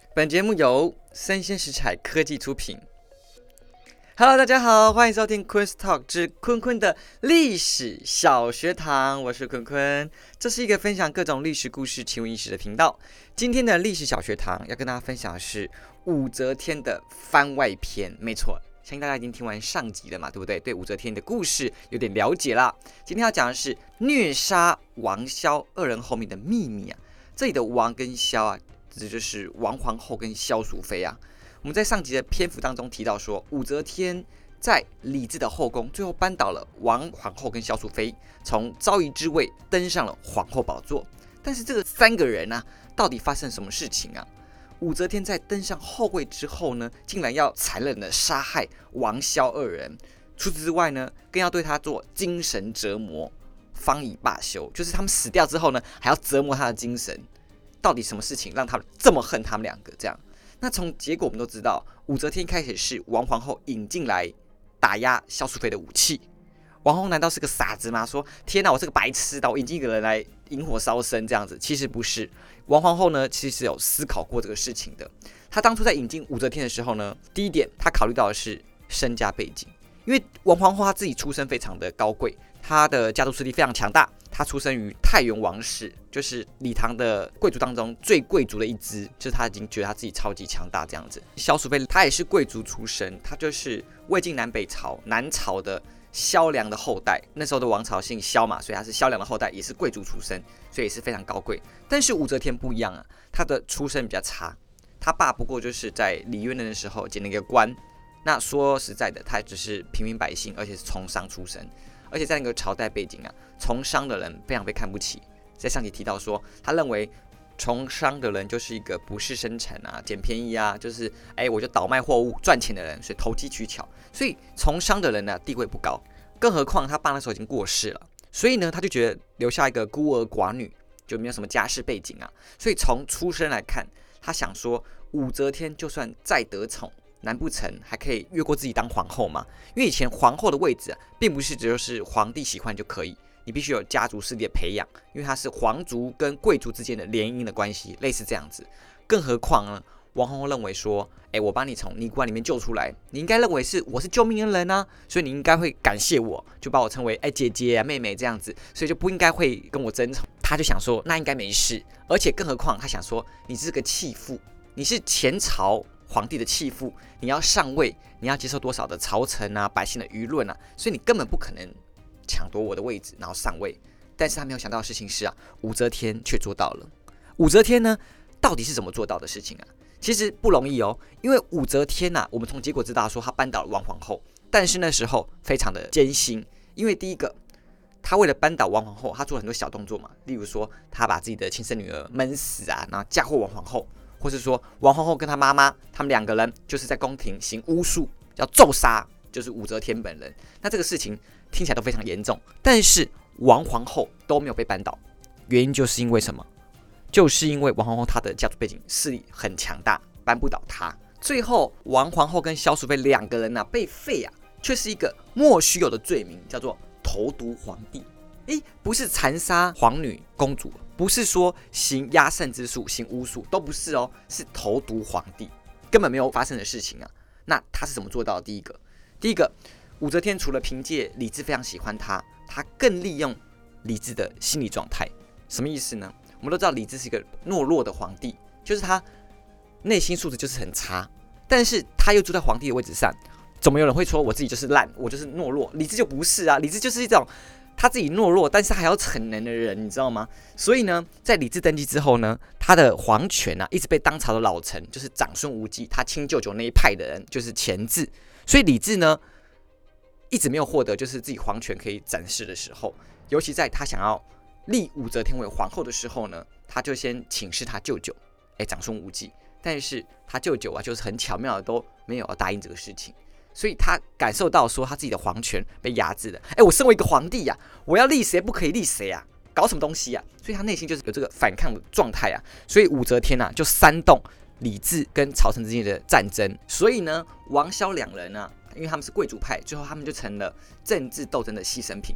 本节目由生鲜食材科技出品。Hello， 大家好，欢迎收听 Quiz Talk 之坤坤的历史小学堂，我是坤坤。这是一个分享各种历史故事、奇闻异事的频道。今天的历史小学堂要跟大家分享的是武则天的番外篇，没错。相信大家已经听完上集了嘛，对不对？对武则天的故事有点了解啦。今天要讲的是虐杀王萧二人后面的秘密啊。这里的王跟萧啊，指的就是王皇后跟萧淑妃啊。我们在上集的篇幅当中提到说，武则天在李治的后宫最后扳倒了王皇后跟萧淑妃，从昭仪之位登上了皇后宝座。但是这三个人啊，到底发生什么事情啊？武则天在登上后位之后呢，竟然要残忍的杀害王萧二人。除此之外呢，更要对他做精神折磨，方以罢休。就是他们死掉之后呢，还要折磨他的精神。到底什么事情让他们这么恨他们两个？这样，那从结果我们都知道，武则天一开始是王皇后引进来打压萧淑妃的武器。王皇后难道是个傻子吗？说天哪，我是个白痴的，我引进一个人来引火烧身这样子？其实不是，王皇后呢其实有思考过这个事情的。她当初在引进武则天的时候呢，第一点她考虑到的是身家背景，因为王皇后她自己出身非常的高贵，她的家族势力非常强大。她出生于太原王氏，就是李唐的贵族当中最贵族的一支，就是她已经觉得她自己超级强大这样子。萧淑妃她也是贵族出身，她就是魏晋南北朝南朝的萧梁的后代，那时候的王朝姓萧嘛，所以她是萧梁的后代，也是贵族出身，所以也是非常高贵。但是武则天不一样啊，她的出身比较差，她爸不过就是在李渊的时候捡了一个官，那说实在的，他只是平民百姓，而且是从商出身。而且在那个朝代背景啊，从商的人非常被看不起。在上集提到说，他认为从商的人就是一个不事生产啊、捡便宜啊，就是我就倒卖货物赚钱的人，所以投机取巧。所以从商的人呢地位不高，更何况他爸那时候已经过世了，所以呢他就觉得留下一个孤儿寡女，就没有什么家世背景啊。所以从出身来看，他想说武则天就算再得宠，难不成还可以越过自己当皇后吗？因为以前皇后的位置并不是只是皇帝喜欢就可以，你必须有家族势力的培养，因为它是皇族跟贵族之间的联姻的关系，类似这样子。更何况呢，王皇后认为说，我把你从尼姑庵里面救出来，你应该认为我是救命的人啊，所以你应该会感谢我，就把我称为姐姐啊、妹妹这样子，所以就不应该会跟我争宠。他就想说，那应该没事，而且更何况他想说，你是个弃妇，你是前朝皇帝的弃妇，你要上位，你要接受多少的朝臣啊、百姓的舆论啊，所以你根本不可能抢夺我的位置，然后上位。但是他没有想到的事情是啊，武则天却做到了。武则天呢，到底是怎么做到的事情啊？其实不容易哦，因为武则天啊，我们从结果知道说她扳倒了王皇后，但是那时候非常的艰辛，因为第一个，她为了扳倒王皇后，她做了很多小动作嘛，例如说她把自己的亲生女儿闷死啊，然后嫁祸王皇后。或是说王皇后跟她妈妈，他们两个人就是在宫廷行巫术，叫咒杀，就是武则天本人。那这个事情听起来都非常严重，但是王皇后都没有被扳倒，原因就是因为什么？就是因为王皇后她的家族背景势力很强大，扳不倒她。最后王皇后跟萧淑妃两个人被废啊，却是一个莫须有的罪名，叫做投毒皇帝。不是残杀皇女公主，不是说行压胜之术、行巫术，都不是哦，是投毒皇帝，根本没有发生的事情啊。那他是怎么做到的？第一个，武则天除了凭借李治非常喜欢他，他更利用李治的心理状态。什么意思呢？我们都知道李治是一个懦弱的皇帝，就是他内心素质就是很差，但是他又坐在皇帝的位置上，怎么有人会说我自己就是烂，我就是懦弱？李治就不是啊，李治就是一种他自己懦弱，但是还要逞能的人，你知道吗？所以呢，在李治登基之后呢，他的皇权一直被当朝的老臣，就是长孙无忌，他亲舅舅那一派的人，就是钳制。所以李治呢，一直没有获得就是自己皇权可以展示的时候，尤其在他想要立武则天为皇后的时候呢，他就先请示他舅舅，长孙无忌，但是他舅舅就是很巧妙的都没有答应这个事情。所以他感受到说他自己的皇权被压制了。我身为一个皇帝我要立谁不可以立谁搞什么东西所以他内心就是有这个反抗的状态所以武则天就煽动李治跟朝臣之间的战争。所以呢，王萧两人因为他们是贵族派，最后他们就成了政治斗争的牺牲品。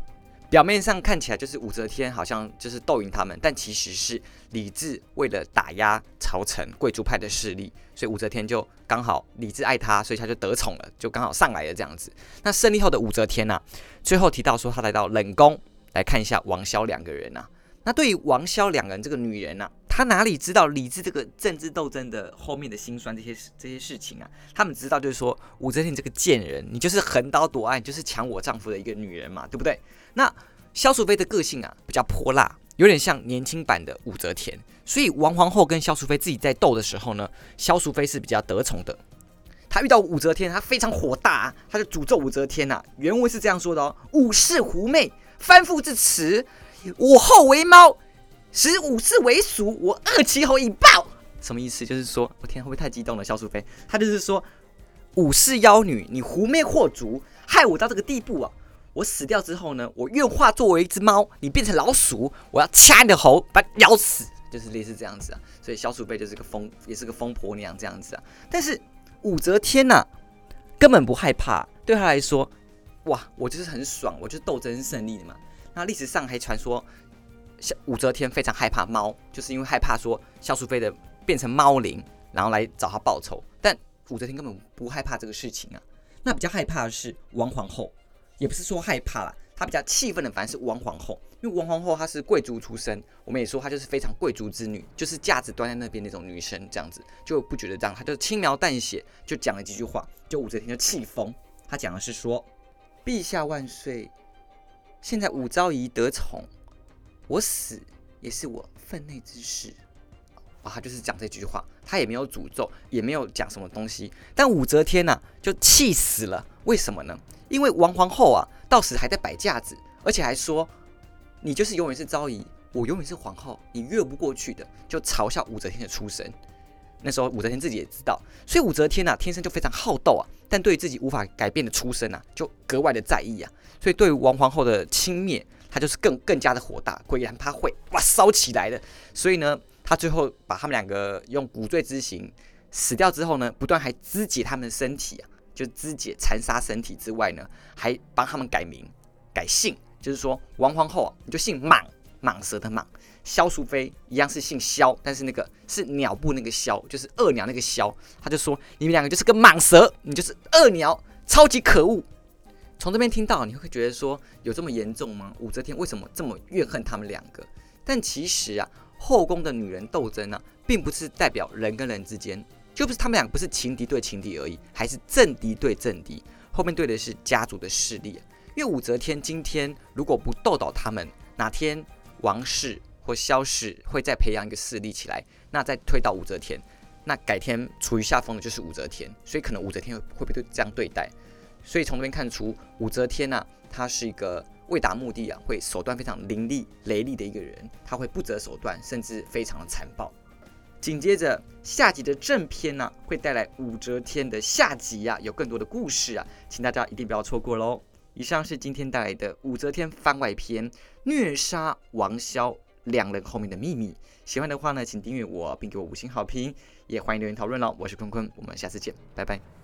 表面上看起来就是武则天好像就是斗赢他们，但其实是李治为了打压朝臣贵族派的势力，所以武则天就刚好李治爱他，所以他就得宠了，就刚好上来了这样子。那胜利后的武则天啊，最后提到说他来到冷宫来看一下王萧两个人啊。那对于王萧两个人这个女人啊，她哪里知道李治这个政治斗争的后面的辛酸这些事情啊？他们知道就是说武则天这个贱人，你就是横刀夺爱，你就是抢我丈夫的一个女人嘛，对不对？那萧淑妃的个性啊比较泼辣，有点像年轻版的武则天，所以王皇后跟萧淑妃自己在斗的时候呢，萧淑妃是比较得宠的。她遇到武则天，她非常火大啊，她就诅咒武则天啊。原文是这样说的哦：武氏狐媚，翻覆至此，我后为猫，使武氏为鼠，我扼其喉以报。什么意思？就是说，我天，会不会太激动了？萧淑妃，她就是说，武氏妖女，你狐媚惑族，害我到这个地步啊！我死掉之后呢，我愿化作为一只猫，你变成老鼠，我要掐你的喉，把你咬死，就是类似这样子啊。所以萧淑妃就是也是个疯婆娘这样子啊。但是武则天啊，根本不害怕，对她来说，哇，我就是很爽，我就是斗争胜利的嘛。那历史上还传说，武则天非常害怕猫，就是因为害怕说萧淑妃的变成猫灵，然后来找她报仇。但武则天根本不害怕这个事情啊。那比较害怕的是王皇后。也不是说害怕啦，她比较气愤的反而是王皇后，因为王皇后她是贵族出身，我们也说她就是非常贵族之女，就是价值端在那边那种女生，这样子就不觉得这样，她就轻描淡写就讲了几句话，就武则天就气疯，她讲的是说：陛下万岁，现在武昭仪得宠，我死也是我分内之事。他就是讲这句话，他也没有诅咒，也没有讲什么东西，但武则天啊就气死了。为什么呢？因为王皇后啊到时还在摆架子，而且还说你就是永远是昭仪，我永远是皇后，你越不过去的，就嘲笑武则天的出身。那时候武则天自己也知道，所以武则天啊天生就非常好斗啊，但对于自己无法改变的出身啊，就格外的在意啊。所以对于王皇后的轻蔑，他就是更加的火大，果然他会哇烧起来了。所以呢，他最后把他们两个用骨罪之刑死掉之后呢，不但还肢解他们的身体啊，就肢解残杀身体之外呢，还帮他们改名改姓，就是说王皇后啊，你就姓蟒，蟒蛇的蟒；萧淑妃一样是姓萧，但是那个是鸟部那个萧，就是恶鸟那个萧。他就说你们两个就是个蟒蛇，你就是恶鸟，超级可恶。从这边听到，你会觉得说有这么严重吗？武则天为什么这么怨恨他们两个？但其实啊，后宫的女人斗争啊，并不是代表人跟人之间，就不是他们俩不是情敌对情敌而已，还是政敌对政敌，后面对的是家族的势力。因为武则天今天如果不斗倒他们，哪天王氏或萧氏会再培养一个势力起来，那再推倒武则天，那改天处于下风的就是武则天，所以可能武则天会被这样对待。所以从这边看出，武则天啊，她是一个为达目的啊，会手段非常凌厉雷厉的一个人，她会不择手段，甚至非常的残暴。紧接着下集的正片呢，会带来武则天的下集啊，有更多的故事啊，请大家一定不要错过喽。以上是今天带来的武则天番外篇，虐杀王萧两人后面的秘密。喜欢的话呢，请订阅我，并给我5星好评，也欢迎留言讨论喽。我是坤坤，我们下次见，拜拜。